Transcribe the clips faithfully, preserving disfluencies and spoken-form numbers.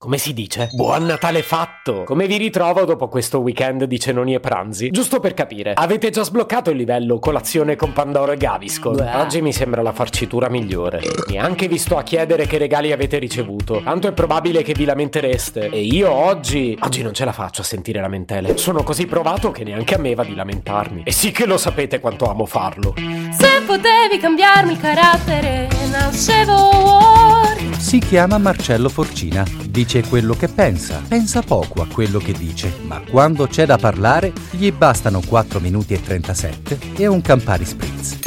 come si dice? Buon Natale fatto! Come vi ritrovo dopo questo weekend di cenoni e pranzi? Giusto per capire, avete già sbloccato il livello colazione con Pandoro e Gaviscon? Beh. Oggi mi sembra la farcitura migliore. Neanche vi sto a chiedere che regali avete ricevuto, tanto è probabile che vi lamentereste. E io oggi... Oggi non ce la faccio a sentire lamentele. Sono così provato che neanche a me va di lamentarmi. E sì che lo sapete quanto amo farlo. Se potevi cambiarmi il carattere, nascevo Ward. Si chiama Marcello Forcina, dice quello che pensa, pensa poco a quello che dice, ma quando c'è da parlare gli bastano quattro minuti e trentasette e un Campari Spritz.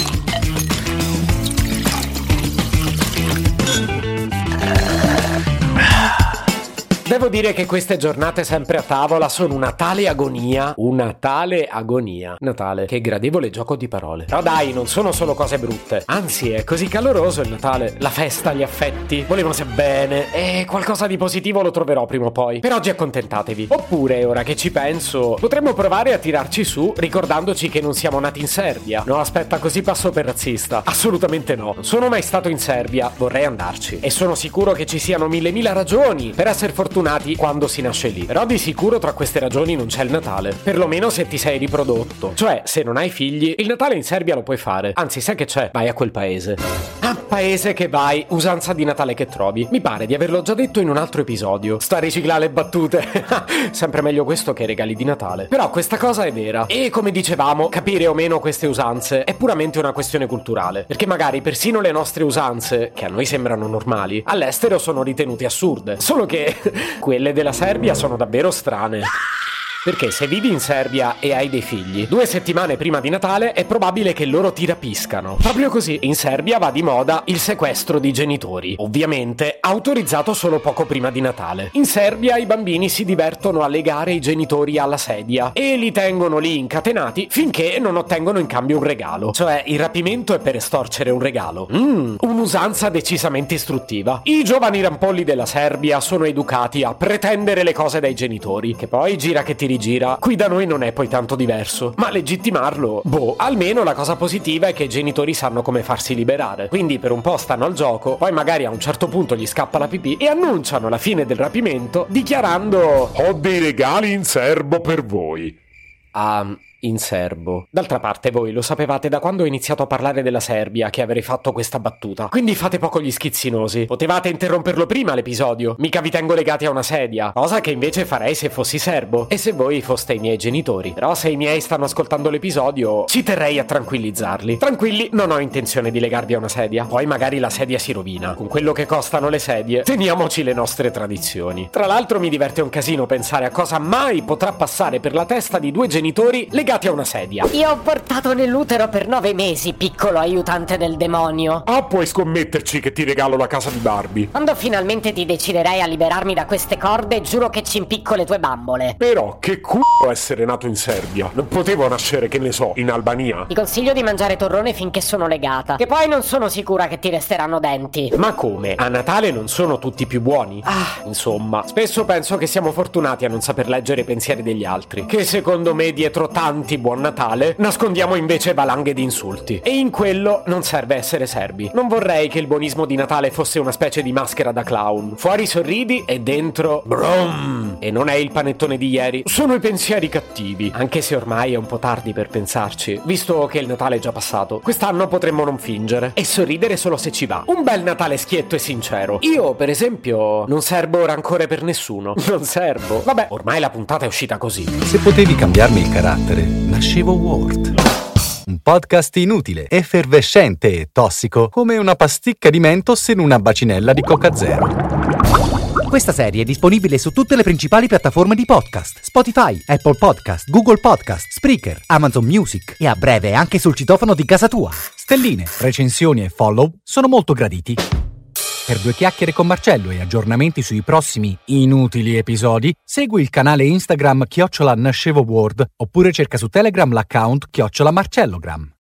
Devo dire che queste giornate sempre a tavola sono una tale agonia, una tale agonia. Natale, che gradevole gioco di parole. Però dai, non sono solo cose brutte. Anzi, è così caloroso il Natale. La festa, gli affetti, volevano se bene. E qualcosa di positivo lo troverò prima o poi. Per oggi accontentatevi. Oppure, ora che ci penso, potremmo provare a tirarci su ricordandoci che non siamo nati in Serbia. No, aspetta, così passo per razzista. Assolutamente no. Non sono mai stato in Serbia, vorrei andarci. E sono sicuro che ci siano mille mila ragioni per essere fortunati quando si nasce lì. Però di sicuro tra queste ragioni non c'è il Natale. Perlomeno se ti sei riprodotto. Cioè, se non hai figli, il Natale in Serbia lo puoi fare. Anzi, sai che c'è? Vai a quel paese. Ah, paese che vai, usanza di Natale che trovi. Mi pare di averlo già detto in un altro episodio. Sta a riciclare le battute. Sempre meglio questo che i regali di Natale. Però questa cosa è vera. E come dicevamo, capire o meno queste usanze è puramente una questione culturale. Perché magari persino le nostre usanze, che a noi sembrano normali, all'estero sono ritenute assurde. Solo che quelle della Serbia sono davvero strane. Perché se vivi in Serbia e hai dei figli, due settimane prima di Natale è probabile che loro ti rapiscano. Proprio così, in Serbia va di moda il sequestro di genitori. Ovviamente autorizzato solo poco prima di Natale. In Serbia i bambini si divertono a legare i genitori alla sedia e li tengono lì incatenati finché non ottengono in cambio un regalo. Cioè, il rapimento è per estorcere un regalo. Mmm, un'usanza decisamente istruttiva. I giovani rampolli della Serbia sono educati a pretendere le cose dai genitori, che poi gira che ti rigira. Qui da noi non è poi tanto diverso, ma legittimarlo, boh, almeno la cosa positiva è che i genitori sanno come farsi liberare, quindi per un po' stanno al gioco, poi magari a un certo punto gli scappa la pipì e annunciano la fine del rapimento dichiarando: ho dei regali in serbo per voi. Ah, in serbo. D'altra parte voi lo sapevate da quando ho iniziato a parlare della Serbia che avrei fatto questa battuta. Quindi fate poco gli schizzinosi. Potevate interromperlo prima l'episodio. Mica vi tengo legati a una sedia. Cosa che invece farei se fossi serbo. E se voi foste i miei genitori. Però se i miei stanno ascoltando l'episodio, ci terrei a tranquillizzarli. Tranquilli, non ho intenzione di legarvi a una sedia. Poi magari la sedia si rovina. Con quello che costano le sedie, teniamoci le nostre tradizioni. Tra l'altro mi diverte un casino pensare a cosa mai potrà passare per la testa di due genitori legati a una sedia. Io ho portato nell'utero per nove mesi, piccolo aiutante del demonio. Ah, puoi scommetterci che ti regalo la casa di Barbie. Quando finalmente ti deciderai a liberarmi da queste corde, giuro che ci impicco le tue bambole. Però che c***o essere nato in Serbia. Non potevo nascere, che ne so, in Albania. Ti consiglio di mangiare torrone finché sono legata, che poi non sono sicura che ti resteranno denti. Ma come? A Natale non sono tutti più buoni? Ah, insomma, spesso penso che siamo fortunati a non saper leggere i pensieri degli altri, che secondo me dietro tanti buon Natale nascondiamo invece valanghe di insulti. E in quello non serve essere serbi. Non vorrei che il buonismo di Natale fosse una specie di maschera da clown. Fuori sorridi e dentro brum. E non è il panettone di ieri, sono i pensieri cattivi. Anche se ormai è un po' tardi per pensarci, visto che il Natale è già passato. Quest'anno potremmo non fingere e sorridere solo se ci va. Un bel Natale schietto e sincero. Io, per esempio, non serbo rancore per nessuno. Non serbo. Vabbè, ormai la puntata è uscita così. Se potevi cambiarmi il carattere, nascevo Ward. Un podcast inutile, effervescente e tossico, come una pasticca di Mentos in una bacinella di Coca Zero. Questa serie è disponibile su tutte le principali piattaforme di podcast: Spotify, Apple Podcast, Google Podcast, Spreaker, Amazon Music e a breve anche sul citofono di casa tua. Stelline, recensioni e follow sono molto graditi. Per due chiacchiere con Marcello e aggiornamenti sui prossimi inutili episodi, segui il canale Instagram chiocciola Nascevo Ward oppure cerca su Telegram l'account chiocciola Marcellogram.